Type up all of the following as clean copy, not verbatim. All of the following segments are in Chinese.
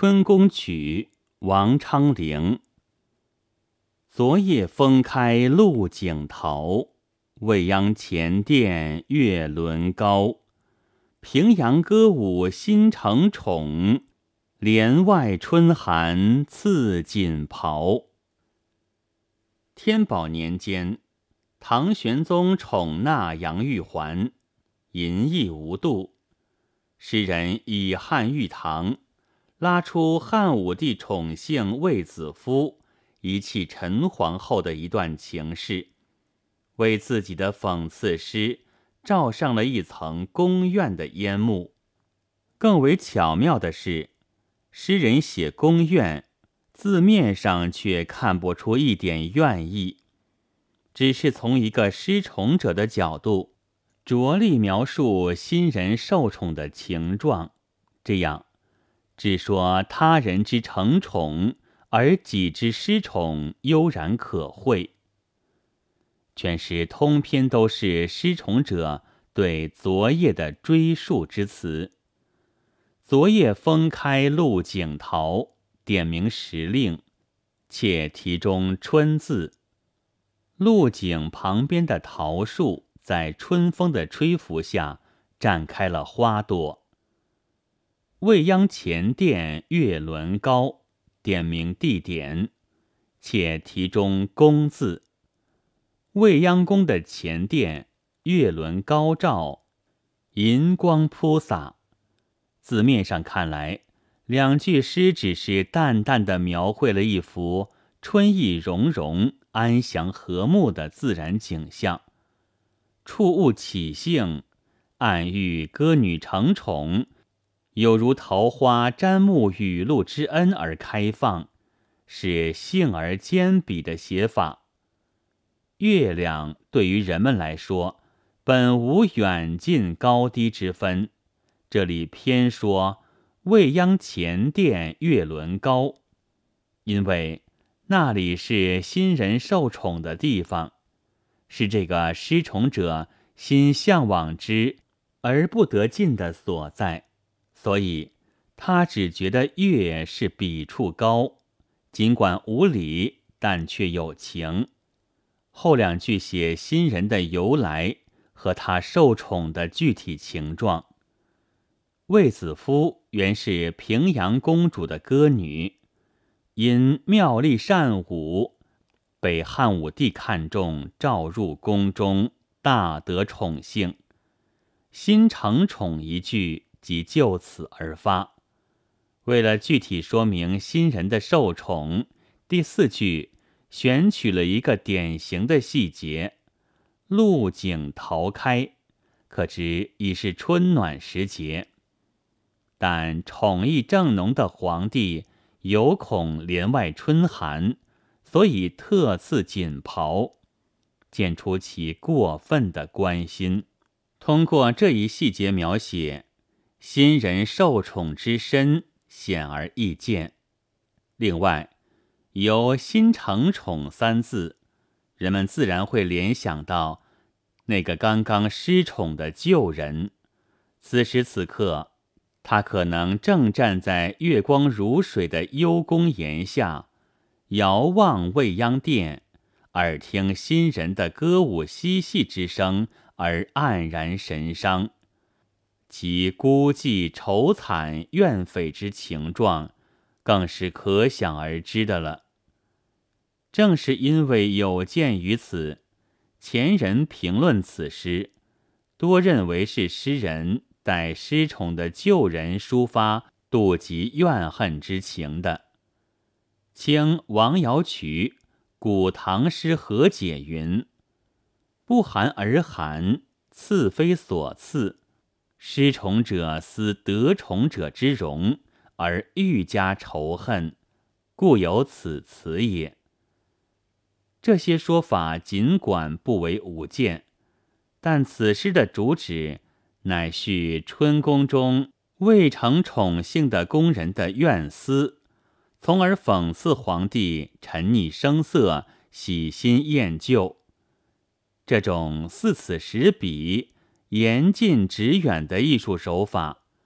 春宫曲》王昌龄。昨夜风开露井桃，未央前殿月轮高。平阳歌舞新承宠，帘外春寒赐锦袍。天宝年间，唐玄宗宠纳杨玉环，淫逸无度。诗人以汉玉堂，拉出汉武帝宠幸卫子夫，遗弃陈皇后的一段情事，为自己的讽刺诗罩上了一层宫怨的烟幕。更为巧妙的是，诗人写宫怨，字面上却看不出一点怨意，只是从一个失宠者的角度着力描述新人受宠的情状，这样只说他人之承宠，而己之失宠，悠然可会。全诗通篇都是失宠者对昨夜的追述之词。昨夜风开露井桃，点明时令，且题中春字。露井旁边的桃树在春风的吹拂下绽开了花朵。未央前殿月轮高，点明地点，且题中宫字。未央宫的前殿月轮高照，银光铺洒。字面上看来，两句诗只是淡淡地描绘了一幅春意融融、安详和睦的自然景象，触物起兴，暗喻歌女承宠，有如桃花沾沐雨露之恩而开放，是幸而兼比的写法。月亮对于人们来说，本无远近高低之分，这里偏说未央前殿月轮高，因为那里是新人受宠的地方，是这个失宠者心向往之而不得进的所在，所以他只觉得月是彼处高，尽管无理，但却有情。后两句写新人的由来和他受宠的具体情状。卫子夫原是平阳公主的歌女，因妙丽善舞，被汉武帝看中，召入宫中，大得宠幸。新承宠一句即就此而发。为了具体说明新人的受宠，第四句选取了一个典型的细节，露井桃开，可知已是春暖时节。但宠意正浓的皇帝有恐帘外春寒，所以特赐锦袍，见出其过分的关心。通过这一细节描写，新人受宠之深显而易见。另外，有新承宠三字，人们自然会联想到那个刚刚失宠的旧人。此时此刻，他可能正站在月光如水的幽宫檐下，遥望未央殿，耳听新人的歌舞嬉戏之声而黯然神伤，其孤寂愁惨怨愤之情状更是可想而知的了。正是因为有鉴于此，前人评论此诗，多认为是诗人代失宠的旧人抒发妒忌怨恨之情的。清王瑶曲《古唐诗和解》云：不寒而寒，赐非所赐，失宠者思得宠者之容，而愈加仇恨，故有此词也。这些说法尽管不为吾见，但此诗的主旨乃叙春宫中未承宠幸的宫人的怨思，从而讽刺皇帝沉溺声色，喜新厌旧。这种似此时彼，言近指远的艺术手法，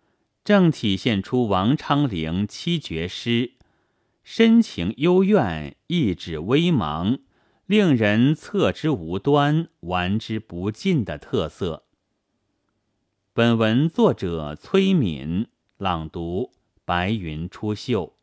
正体现出王昌龄七绝诗深情幽怨，意志微茫，令人侧之无端，玩之不尽的特色。本文作者崔敏，朗读白云出岫。